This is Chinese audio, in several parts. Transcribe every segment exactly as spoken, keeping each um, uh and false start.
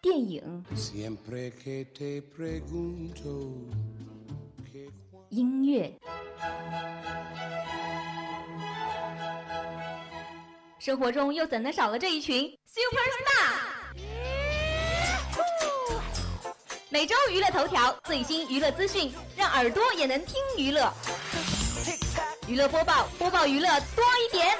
电影、音乐，生活中又怎能少了这一群 Superstar？ 每周娱乐头条，最新娱乐资讯，让耳朵也能听娱乐。娱乐播报，播报娱乐多一点。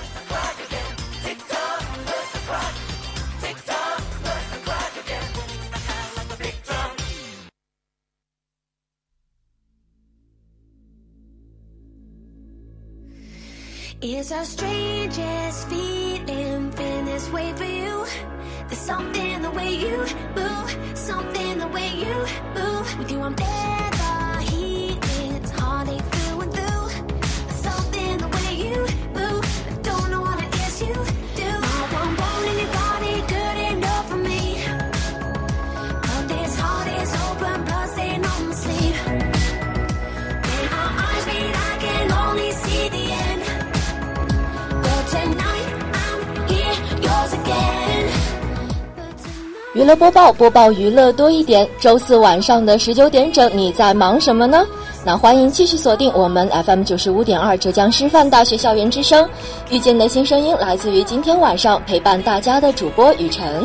It's our strangest feeling, been this way for you. There's something the way you move, something the way you move. With you I'm never healing, it's heartache through and through. There's something the way you move, I don't know what it is you do. No one want anybody good enough for me, but this heart is open, blood stain on my sleeve. When our eyes meet I can only see the end.Tonight I'm here, yours again. 娱乐播报，播报娱乐多一点。周四晚上的十九点整，你在忙什么呢？那欢迎继续锁定我们 F M 九十五点二浙江师范大学校园之声，遇见的新声音来自于今天晚上陪伴大家的主播雨晨。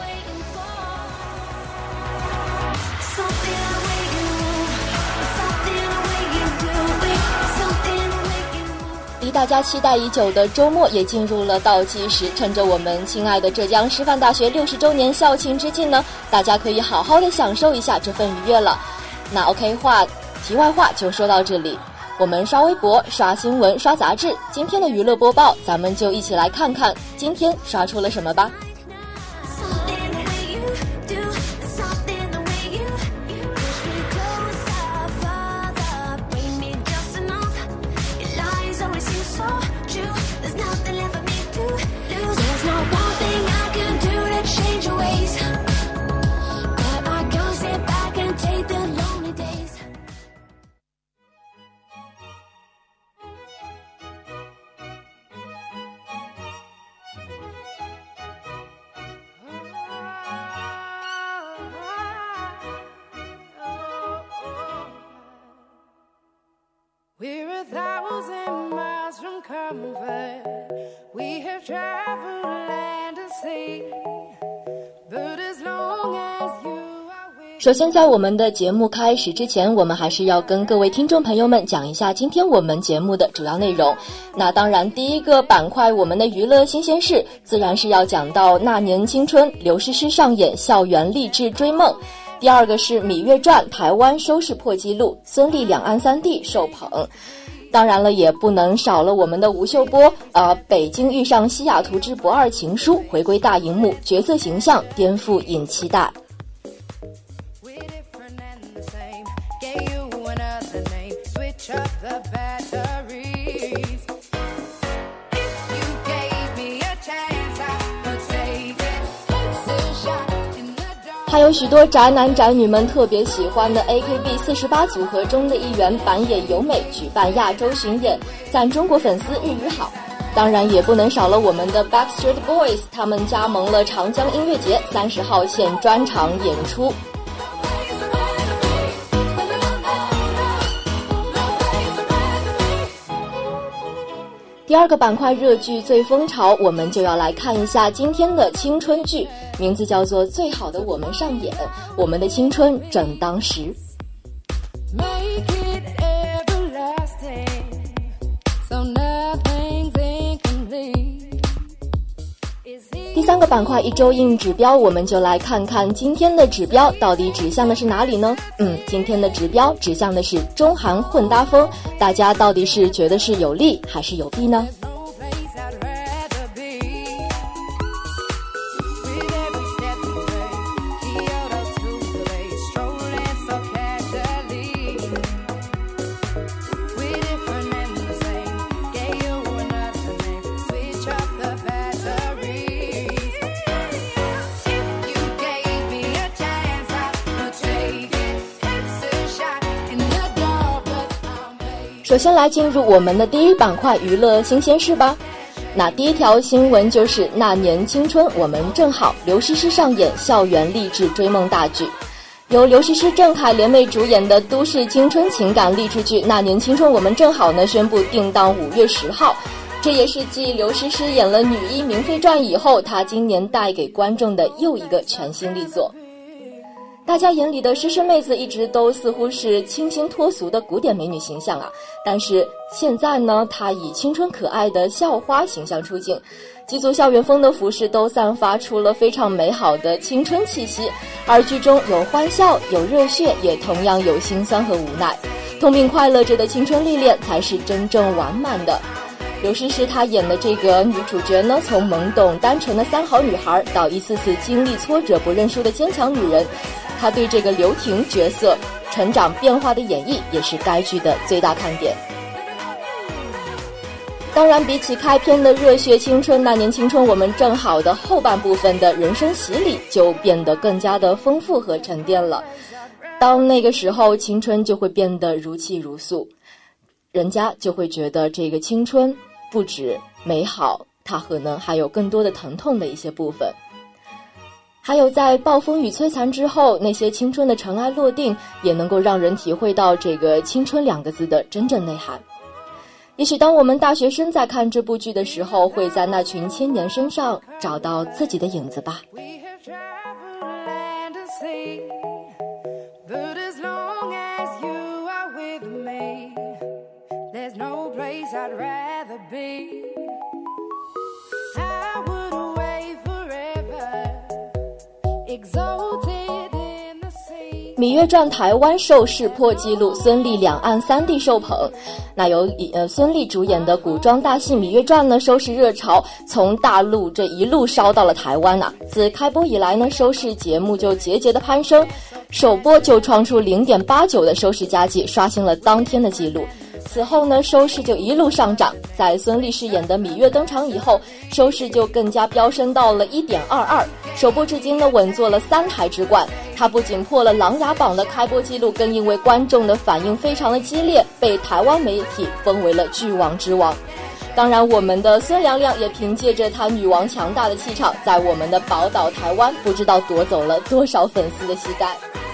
离大家期待已久的周末也进入了倒计时，趁着我们亲爱的浙江师范大学六十周年校庆之际呢，大家可以好好的享受一下这份愉悦了。那 OK 话，题外话就说到这里，我们刷微博、刷新闻、刷杂志，今天的娱乐播报，咱们就一起来看看今天刷出了什么吧。 We're a thousand miles from comfort. We have traveled land and sea. But as long as you are with... 首先在我们的节目开始之前，我们还是要跟各位听众朋友们讲一下今天我们节目的主要内容。那当然第一个板块，我们的娱乐新鲜事自然是要讲到那年青春，刘诗诗上演校园励志追梦。第二个是《芈月传》台湾收视破纪录，孙俪两岸三地受捧。当然了，也不能少了我们的吴秀波，呃，北京遇上西雅图之不二情书回归大荧幕，角色形象颠覆引期待。还有许多宅男宅女们特别喜欢的 A K B 四十八组合中的一员板野友美举办亚洲巡演，赞中国粉丝日语好。当然也不能少了我们的 Backstreet Boys， 他们加盟了长江音乐节，三十号线专场演出。第二个板块热剧最风潮，我们就要来看一下今天的青春剧，名字叫做《最好的我们》上演，我们的青春正当时。第三个板块一周硬指标，我们就来看看今天的指标到底指向的是哪里呢？嗯，今天的指标指向的是中韩混搭风，大家到底是觉得是有利还是有弊呢？首先来进入我们的第一板块娱乐新鲜事吧。 那第一条新闻就是那年青春我们正好，刘诗诗上演校园励志追梦大剧。由刘诗诗、郑恺联袂主演的都市青春情感励志剧《那年青春我们正好》呢，宣布定档五月十号。这也是继刘诗诗演了《女医明妃传》以后，她今年带给观众的又一个全新力作。大家眼里的诗诗妹子一直都似乎是清新脱俗的古典美女形象啊，但是现在呢，她以青春可爱的校花形象出镜，几组校园风的服饰都散发出了非常美好的青春气息，而剧中有欢笑，有热血，也同样有心酸和无奈，痛并快乐着的青春历练才是真正完满的。刘诗诗她演的这个女主角呢，从懵懂单纯的三好女孩到一次次经历挫折不认输的坚强女人，她对这个刘婷角色成长变化的演绎也是该剧的最大看点。当然比起开篇的热血青春那年青春我们正好的后半部分的人生洗礼就变得更加的丰富和沉淀了。当那个时候青春就会变得如泣如诉，人家就会觉得这个青春不止美好，它可能还有更多的疼痛的一些部分。还有在暴风雨摧残之后，那些青春的尘埃落定，也能够让人体会到这个青春两个字的真正内涵。也许当我们大学生在看这部剧的时候，会在那群青年身上找到自己的影子吧。 I'd rather be. I would away forever, exalted in the sea. 芈月传台湾收视破纪录，孙俪两岸三地受捧。那由呃孙俪主演的古装大戏《芈月传》呢，收视热潮从大陆这一路烧到了台湾啊。自开播以来呢，收视节目就节节的攀升，首播就创出 零点八九 的收视佳绩，刷新了当天的记录。此后呢，收视就一路上涨，在孙俪饰演的芈月登场以后，收视就更加飙升到了 一点二二， 首播至今呢稳坐了三台之冠。它不仅破了琅琊榜的开播记录，更因为观众的反应非常的激烈，被台湾媒体封为了剧王之王。当然我们的孙娘娘也凭借着她女王强大的气场，在我们的宝岛台湾不知道夺走了多少粉丝的膝盖。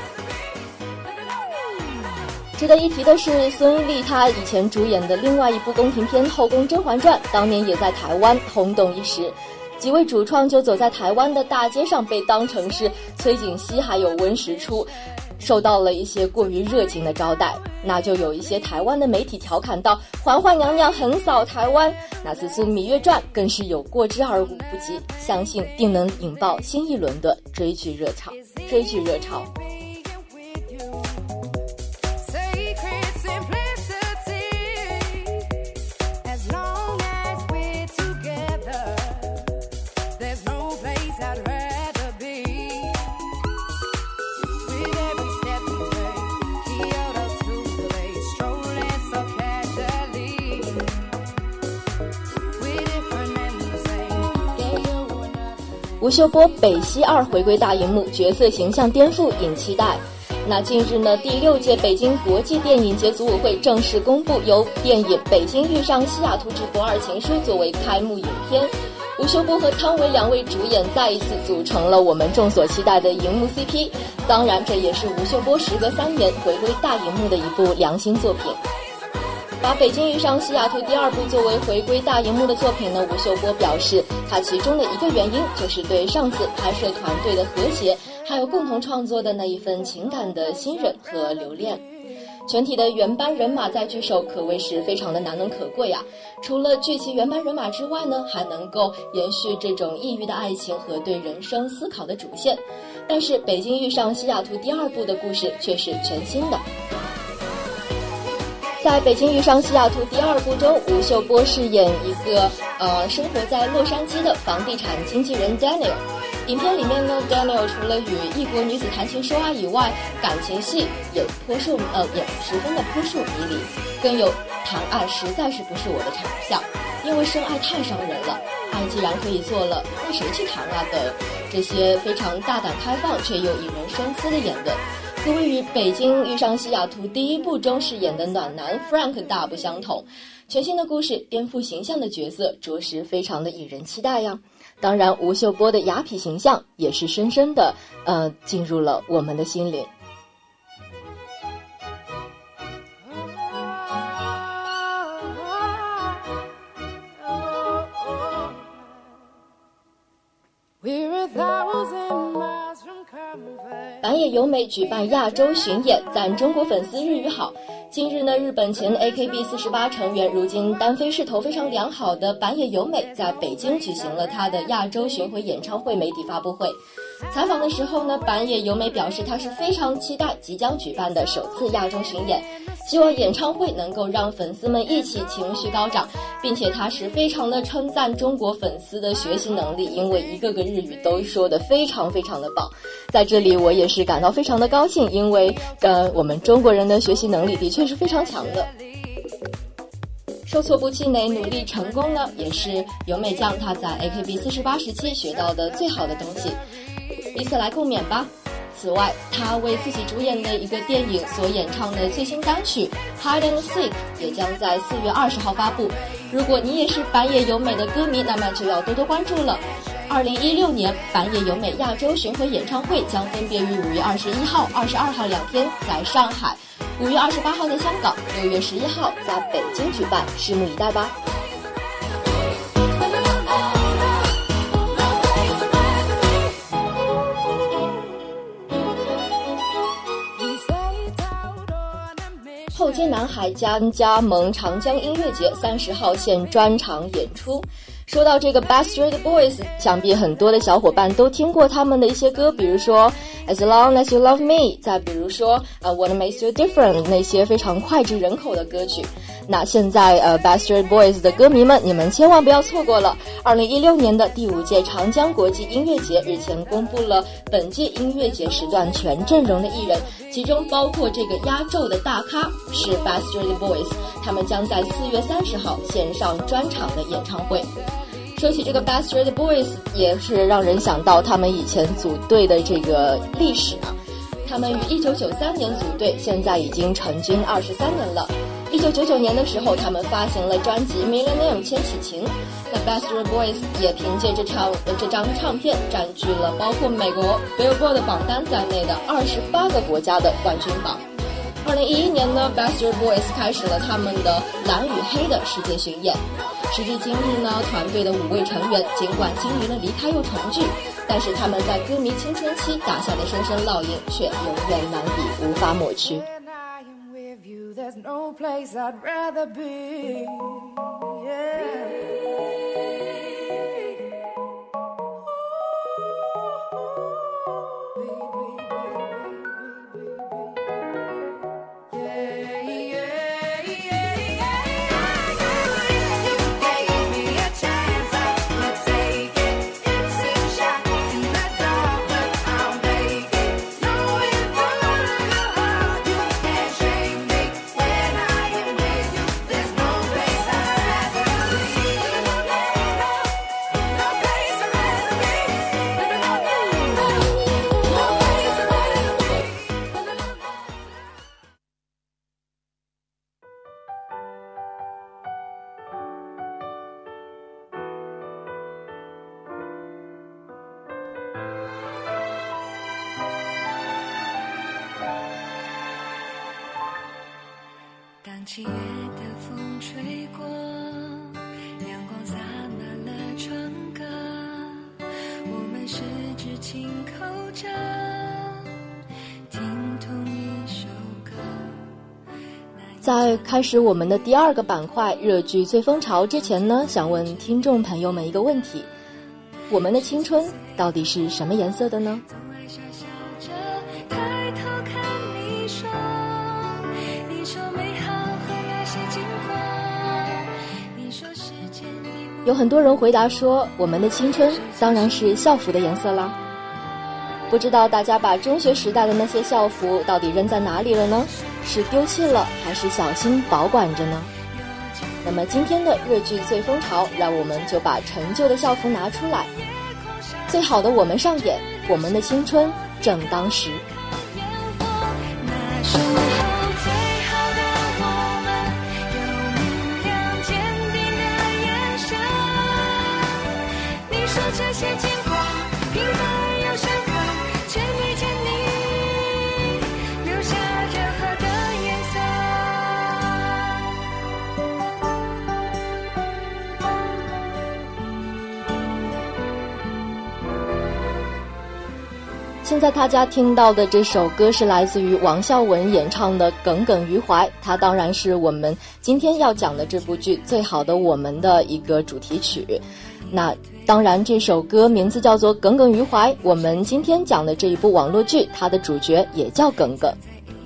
值得一提的是，孙俪她以前主演的另外一部宫廷片《后宫甄嬛传》，当年也在台湾轰动一时，几位主创就走在台湾的大街上，被当成是崔槿汐还有温实初，受到了一些过于热情的招待。那就有一些台湾的媒体调侃到，嬛嬛娘娘横扫台湾，那此次《芈月传》更是有过之而无不及，相信定能引爆新一轮的追剧热潮追剧热潮吴秀波北西二回归大荧幕，角色形象颠覆引期待。那近日呢，第六届北京国际电影节组委会正式公布，由电影《北京遇上西雅图之不二情书》作为开幕影片，吴秀波和汤唯两位主演再一次组成了我们众所期待的荧幕 C P。当然，这也是吴秀波时隔三年回归大荧幕的一部良心作品。把《北京遇上西雅图》第二部作为回归大荧幕的作品呢，吴秀波表示，他其中的一个原因就是对上次拍摄团队的和谐，还有共同创作的那一份情感的信任和留恋。全体的原班人马在剧首可谓是非常的难能可贵啊！除了聚齐原班人马之外呢，还能够延续这种异域的爱情和对人生思考的主线。但是《北京遇上西雅图》第二部的故事却是全新的。在《北京遇上西雅图》第二部中，吴秀波饰演一个呃生活在洛杉矶的房地产经纪人 Daniel。影片里面呢 ，Daniel 除了与异国女子谈情说爱以外，感情戏也颇受呃也十分的扑朔迷离，更有谈爱实在是不是我的长项，因为深爱太伤人了，爱既然可以做了，那谁去谈啊的这些非常大胆开放却又引人深思的言论。 可谓与北京遇上西雅图第一部中饰演的暖男 Frank 大不相同。全新的故事，颠覆形象的角色，着实非常的引人期待呀。当然，吴秀波的雅痞形象也是深深的呃进入了我们的心灵。板野友美举办亚洲巡演，赞中国粉丝日语好。近日呢，日本前 A K B 四十八 成员，如今单飞势头非常良好的板野友美，在北京举行了她的亚洲巡回演唱会媒体发布会。采访的时候呢，板野友美表示她是非常期待即将举办的首次亚洲巡演，希望演唱会能够让粉丝们一起情绪高涨，并且她是非常的称赞中国粉丝的学习能力，因为一个个日语都说得非常非常的棒。在这里我也是感到非常的高兴，因为呃我们中国人的学习能力的确是非常强的。受挫不气馁，努力成功呢，也是友美酱她在 A K B 四十八 时期学到的最好的东西，彼此来共勉吧。此外，她为自己主演的一个电影所演唱的最新单曲 Hide and Seek 也将在四月二十号发布。如果你也是板野友美的歌迷，那么就要多多关注了。二零一六年板野友美亚洲巡回演唱会将分别于五月二十一号、二十二号两天在上海，五月二十八号在香港，六月十一号在北京举办，拭目以待吧。后街男孩将加盟长江音乐节三十号线专场演出。说到这个 Backstreet Boys， 想必很多的小伙伴都听过他们的一些歌，比如说 As Long As You Love Me， 再比如说呃、uh, What Makes You Different， 那些非常脍炙人口的歌曲。那现在呃 Backstreet Boys 的歌迷们，你们千万不要错过了。二零一六年的第五届长江国际音乐节日前公布了本届音乐节时段全阵容的艺人，其中包括这个压轴的大咖是 Backstreet Boys， 他们将在四月三十号线上专场的演唱会。说起这个 Backstreet Boys， 也是让人想到他们以前组队的这个历史啊。他们于一九九三年组队，现在已经成军二十三年了。一九九九年的时候，他们发行了专辑 Millennium 千禧情。那 Backstreet Boys 也凭借这唱呃这张唱片占据了包括美国 Billboard 榜单在内的二十八个国家的冠军榜。二零一一年呢 Backstreet Boys 开始了他们的蓝与黑的世界巡演。时至今日呢，团队的五位成员尽管经历了离开又重聚，但是他们在歌迷青春期打下的深深烙印却永远难以无法抹去。 There's no place I'd rather be. Yeah.七月的风吹过，阳光洒满了窗格，我们十指紧扣着，听同一首歌。 在开始我们的第二个板块热剧最风潮之前呢，想问听众朋友们一个问题：我们的青春到底是什么颜色的呢？有很多人回答说，我们的青春当然是校服的颜色啦。不知道大家把中学时代的那些校服到底扔在哪里了呢？是丢弃了，还是小心保管着呢？那么今天的热剧最风潮，让我们就把陈旧的校服拿出来，最好的我们上演，我们的青春正当时。 时候最好的我们，有明亮坚定的眼神。你说这些经过平凡而又深刻，却没见你留下任何的颜色。 现在大家听到的这首歌是来自于王孝文演唱的《耿耿于怀》，它当然是我们今天要讲的这部剧《最好的我们》的一个主题曲。那当然这首歌名字叫做《耿耿于怀》，我们今天讲的这一部网络剧，它的主角也叫耿耿。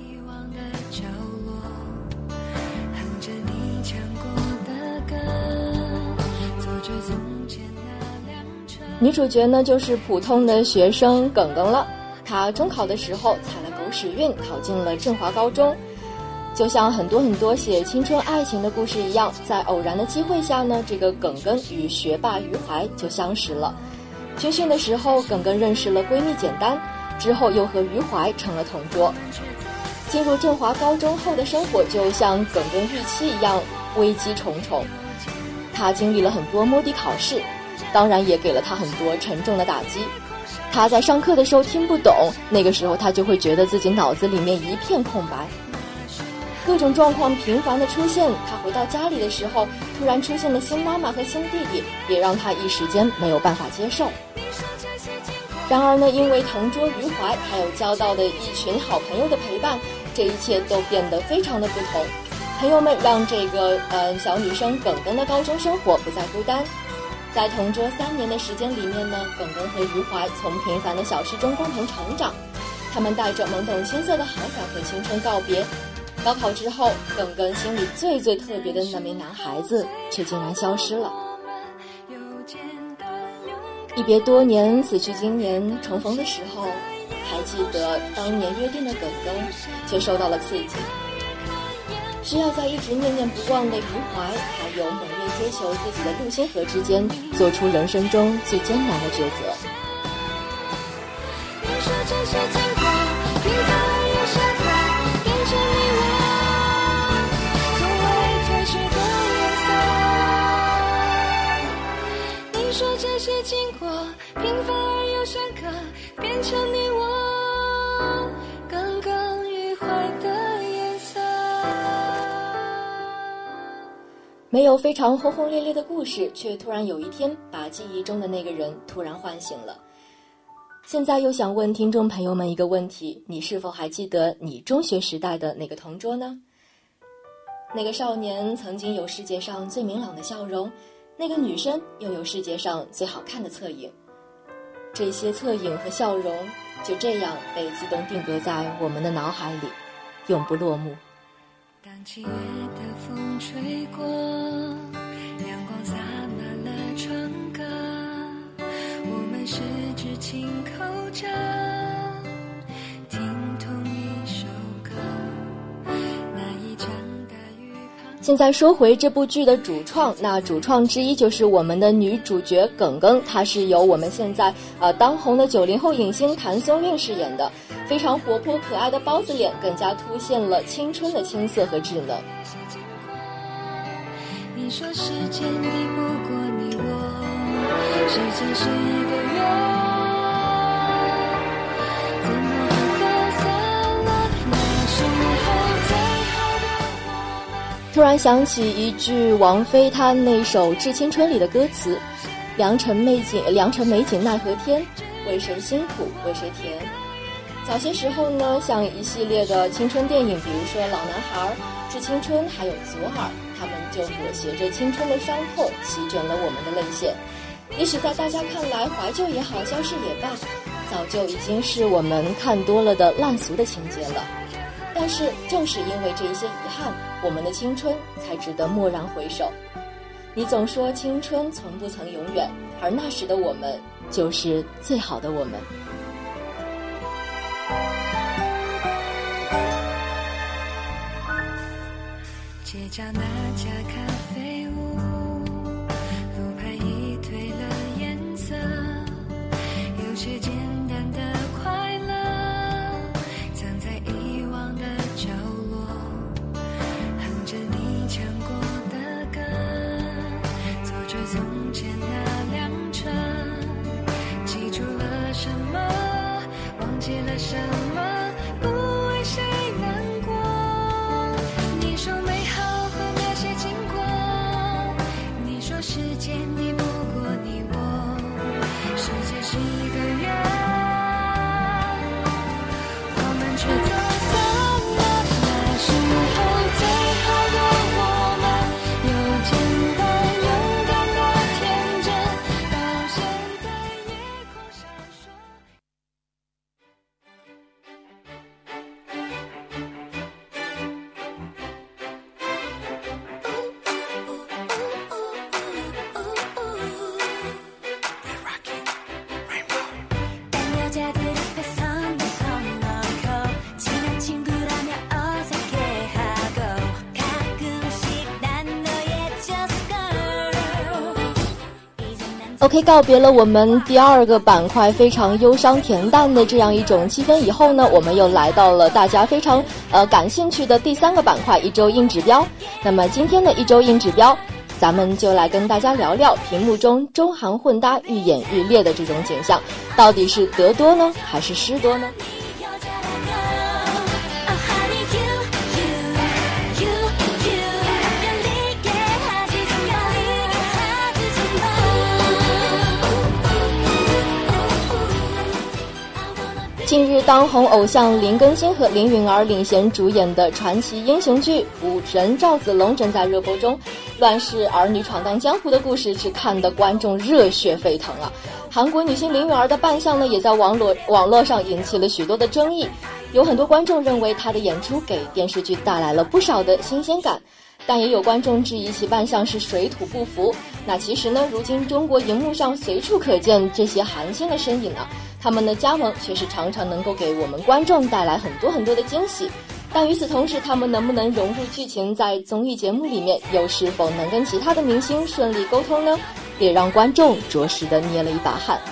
女主角呢就是普通的学生耿耿了，她中考的时候踩了狗屎运，考进了振华高中。就像很多很多写青春爱情的故事一样，在偶然的机会下呢，这个耿耿与学霸于怀就相识了。军训的时候，耿耿认识了闺蜜简单，之后又和于怀成了同桌。进入振华高中后的生活就像耿耿预期一样危机重重，她经历了很多摸底考试，当然也给了他很多沉重的打击。他在上课的时候听不懂，那个时候他就会觉得自己脑子里面一片空白，各种状况频繁的出现。他回到家里的时候，突然出现了新妈妈和新弟弟，也让他一时间没有办法接受。然而呢，因为同桌于怀还有交到的一群好朋友的陪伴，这一切都变得非常的不同。朋友们让这个呃小女生耿耿的高中生活不再孤单。在同桌三年的时间里面呢，耿耿和于怀从平凡的小事中共同成长，他们带着懵懂青涩的好感和青春告别。高考之后，耿耿心里最最特别的那名男孩子却竟然消失了。一别多年，死去今年，重逢的时候，还记得当年约定的耿耿却受到了刺激，需要在一直念念不忘的于怀还有猛烈追求自己的陆星河之间做出人生中最艰难的抉择。 你说这些经过平凡而又深刻，变成你我从未褪去的颜色。你说这些经过平凡而又深刻，变成你我耿耿于怀的颜色。 没有非常轰轰烈烈的故事，却突然有一天把记忆中的那个人突然唤醒了。现在又想问听众朋友们一个问题，你是否还记得你中学时代的那个同桌呢？那个少年曾经有世界上最明朗的笑容，那个女生又有世界上最好看的侧影。这些侧影和笑容就这样被自动定格在我们的脑海里，永不落幕。 当七月的风吹过，阳光洒满了窗格，我们十指轻扣着，听同一首歌。那一场大雨旁， 现在说回这部剧的主创，那主创之一就是我们的女主角耿耿，她是由我们现在呃当红的九零后影星谭松韵饰演的。非常活泼可爱的包子脸更加凸显了青春的青涩和稚嫩。 你说时间抵不过你我，时间是一个人，怎么会走散了？那时候最好的我们。 突然想起一句王菲她那首《致青春》里的歌词：良辰美景，良辰美景奈何天，为谁辛苦为谁甜。早些时候呢，像一系列的青春电影，比如说《老男孩》、《致青春》还有《左耳》，他们就裹挟着青春的伤痛，席卷了我们的泪腺。也许在大家看来，怀旧也好，消逝也罢，早就已经是我们看多了的烂俗的情节了。但是正是因为这一些遗憾，我们的青春才值得蓦然回首。你总说青春从不曾永远，而那时的我们就是最好的我们。 街角那家咖啡屋，路牌已褪了颜色，有些简单的快乐藏在遗忘的是一个人，我们却走散了。那时候最好的我们，又简单勇敢的天真，到现在夜空闪烁。 OK， 告别了我们第二个板块非常忧伤恬淡的这样一种气氛以后呢，我们又来到了大家非常呃感兴趣的第三个板块一周硬指标。那么今天的一周硬指标，咱们就来跟大家聊聊屏幕中中韩混搭愈演愈烈的这种景象，到底是得多呢，还是失多呢？近日，当红偶像林更新和林允儿领衔主演的传奇英雄剧《武神赵子龙》正在热播中，乱世儿女闯荡江湖的故事是看得观众热血沸腾啊！韩国女星林允儿的扮相呢，也在网络网络上引起了许多的争议，有很多观众认为她的演出给电视剧带来了不少的新鲜感，但也有观众质疑其扮相是水土不服。那其实呢，如今中国荧幕上随处可见这些韩星的身影啊，他们的加盟却是常常能够给我们观众带来很多很多的惊喜。但与此同时，他们能不能融入剧情，在综艺节目里面又是否能跟其他的明星顺利沟通呢？也让观众着实的捏了一把汗。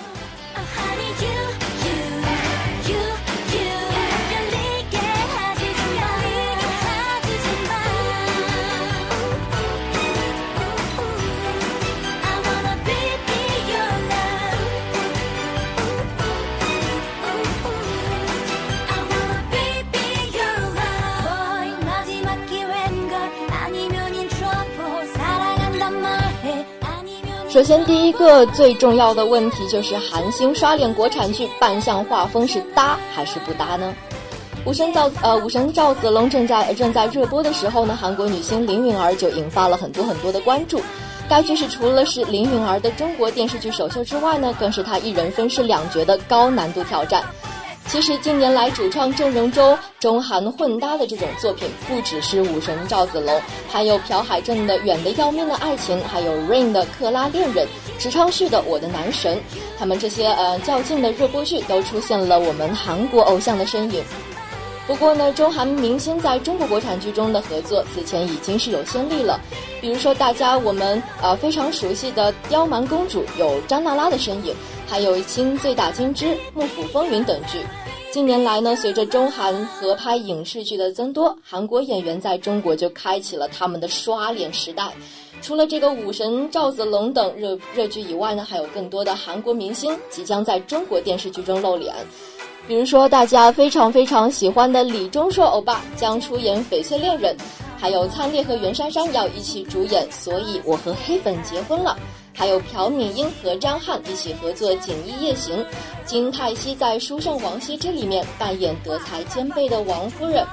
首先第一个最重要的问题就是韩星刷脸国产剧扮相画风是搭还是不搭呢？武神赵呃武神赵子龙正在正在热播的时候呢，韩国女星林允儿就引发了很多很多的关注。该剧是除了是林允儿的中国电视剧首秀之外呢，更是她一人分饰两角的高难度挑战。其实近年来主创阵容中中韩混搭的这种作品不只是武神赵子龙，还有朴海镇的远的要命的爱情，还有 Rain 的克拉恋人，池昌旭的我的男神，他们这些呃较劲的热播剧都出现了我们韩国偶像的身影。不过呢，中韩明星在中国国产剧中的合作此前已经是有先例了，比如说大家我们呃非常熟悉的刁蛮公主有张娜拉的身影，还有新醉打金枝、幕府风云等剧。近年来呢，随着中韩合拍影视剧的增多，韩国演员在中国就开启了他们的刷脸时代。除了这个武神赵子龙等热热剧以外呢，还有更多的韩国明星即将在中国电视剧中露脸。比如说大家非常非常喜欢的李钟硕欧巴将出演翡翠恋人，还有灿烈和袁姗姗要一起主演所以我和黑粉结婚了，还有朴敏英和张翰一起合作锦衣夜行，金泰熙在《书圣王羲之》里面扮演德才兼备的王夫人。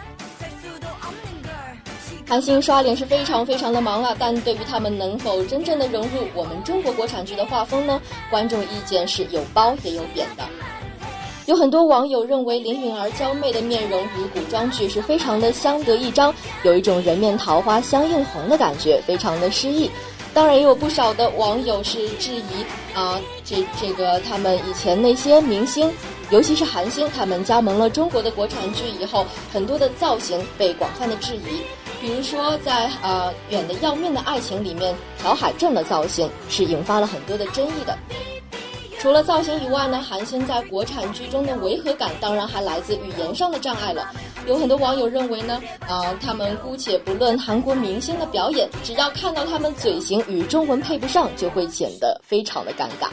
韩星刷脸是非常非常的忙啊，但对于他们能否真正的融入我们中国国产剧的画风呢，观众意见是有褒也有贬的。有很多网友认为林允儿娇媚的面容与古装剧是非常的相得益彰，有一种人面桃花相映红的感觉，非常的诗意。当然也有不少的网友是质疑啊，这这个他们以前那些明星，尤其是韩星，他们加盟了中国的国产剧以后，很多的造型被广泛的质疑。比如说在呃远的要命的爱情里面，朴海镇的造型是引发了很多的争议的。除了造型以外呢，韩星在国产剧中的违和感当然还来自语言上的障碍了。有很多网友认为呢，啊、呃，他们姑且不论韩国明星的表演，只要看到他们嘴型与中文配不上，就会显得非常的尴尬。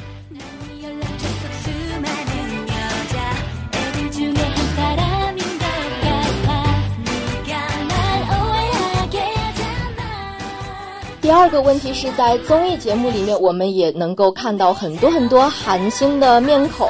第二二个问题是在综艺节目里面，我们也能够看到很多很多韩星的面孔。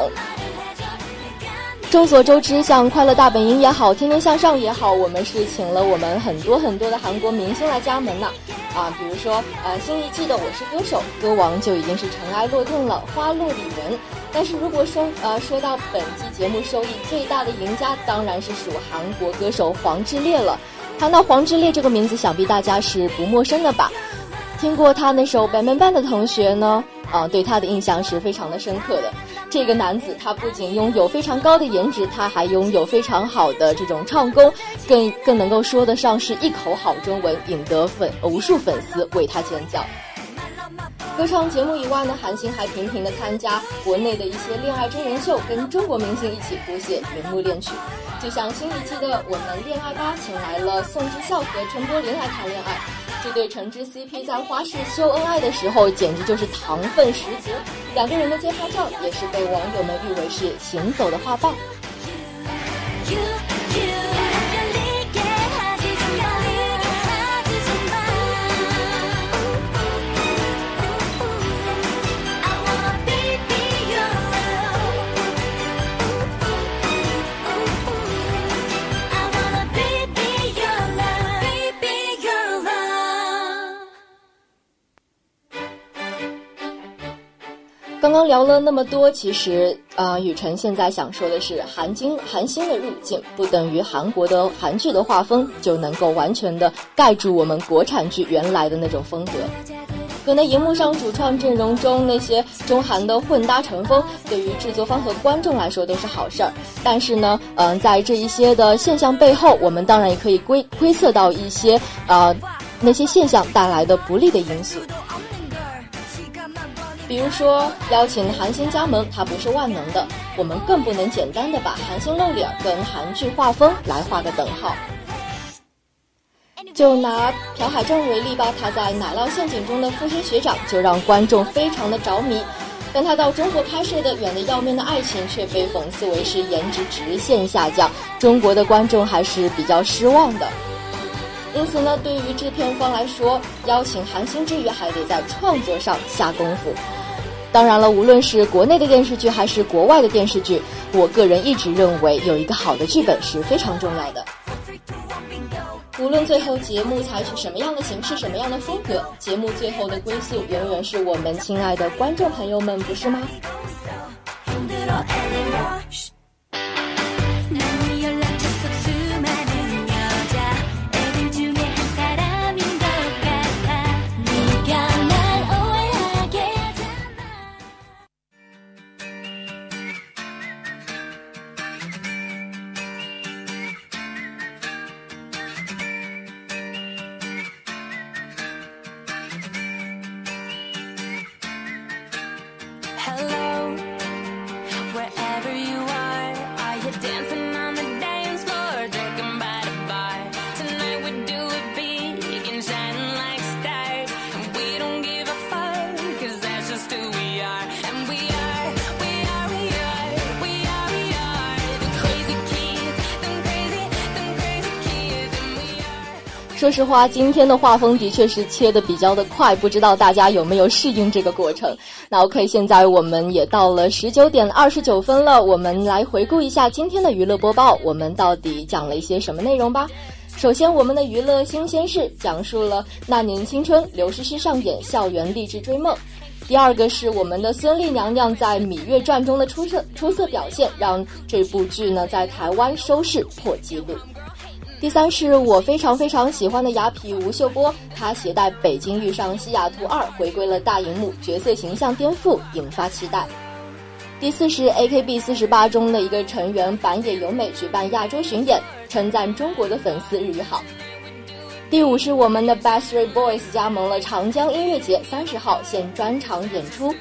众所周知，像快乐大本营也好，天天向上也好，我们是请了我们很多很多的韩国明星来加盟呢。啊，比如说呃新一季的《我是歌手》，歌王就已经是尘埃落定了，花落里人。但是如果说呃说到本季节目收益最大的赢家，当然是属韩国歌手黄致列了。谈到黄致列这个名字，想必大家是不陌生的吧？听过他那首《Bang Bang Bang》的同学呢，啊、呃，对他的印象是非常的深刻的。这个男子他不仅拥有非常高的颜值，他还拥有非常好的这种唱功，更更能够说得上是一口好中文，引得粉无数粉丝为他尖叫。歌唱节目以外呢，韩星还频频的参加国内的一些恋爱真人秀，跟中国明星一起谱写荧幕恋曲。就像新一季的《我们恋爱吧》，请来了宋智孝和陈柏霖来谈恋爱。这对橙汁 C P 在花式秀恩爱的时候，简直就是糖分十足。两个人的街拍照也是被网友们誉为是行走的画报。刚刚聊了那么多，其实啊、呃，雨辰现在想说的是，韩金韩星的入境不等于韩国的韩剧的画风就能够完全的盖住我们国产剧原来的那种风格。可能荧幕上主创阵容中那些中韩的混搭成风，对于制作方和观众来说都是好事儿。但是呢，嗯、呃，在这一些的现象背后，我们当然也可以窥窥测到一些呃那些现象带来的不利的因素。比如说邀请韩星加盟，它不是万能的，我们更不能简单的把韩星露脸跟韩剧画风来画个等号。就拿朴海镇为例吧，他在《奶酪陷阱》中的复习学长就让观众非常的着迷，但他到中国拍摄的《远的要命的爱情》却被讽刺为是颜值直线下降，中国的观众还是比较失望的。因此呢，对于制片方来说，邀请韩星之余还得在创作上下功夫。当然了，无论是国内的电视剧还是国外的电视剧，我个人一直认为有一个好的剧本是非常重要的。无论最后节目采取什么样的形式、什么样的风格，节目最后的归宿永远是我们亲爱的观众朋友们，不是吗？说实话，今天的画风的确是切得比较的快，不知道大家有没有适应这个过程。那 OK， 现在我们也到了十九点二十九分了，我们来回顾一下今天的娱乐播报，我们到底讲了一些什么内容吧。首先，我们的娱乐新鲜事讲述了那年青春，刘诗诗上演校园励志追梦。第二个是我们的孙俪娘娘在《芈月传》中的出色出色表现，让这部剧呢在台湾收视破纪录。第三是我非常非常喜欢的雅痞吴秀波，他携带《北京遇上西雅图二》回归了大荧幕，角色形象颠覆，引发期待。第四是 A K B 四十八中的一个成员板野友美举办亚洲巡演，称赞中国的粉丝日语好。第五是我们的 Backstreet Boys 加盟了长江音乐节，三十号现专场演出。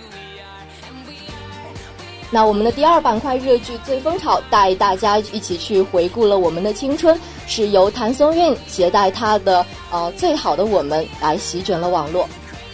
那我们的第二板块热剧最风潮，带大家一起去回顾了我们的青春，是由谭松韵携带她的呃最好的我们来席卷了网络。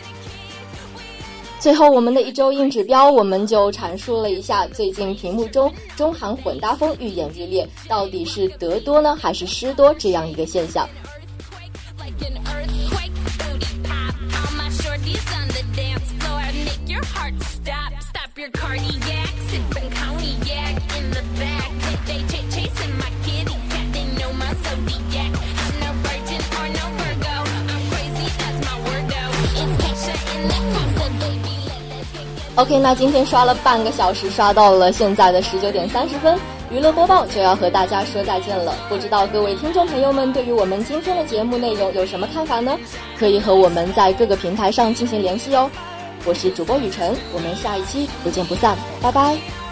最后我们的一周硬指标，我们就阐述了一下最近屏幕中中韩混搭风愈演愈烈，到底是得多呢还是失多这样一个现象。 ladies on the dance floor, make your heart stop, stop your cardiac, sipping cognac in the back. They ch chasing my kitty cat, they know my zodiac. I'm no virgin or no Virgo, I'm crazy, that's my wordo. It's Kesha in the casa, baby. OK， 那今天刷了半个小时，刷到了现在的十九点三十分，娱乐播报就要和大家说再见了。不知道各位听众朋友们对于我们今天的节目内容有什么看法呢？可以和我们在各个平台上进行联系哦。我是主播雨辰，我们下一期不见不散，拜拜。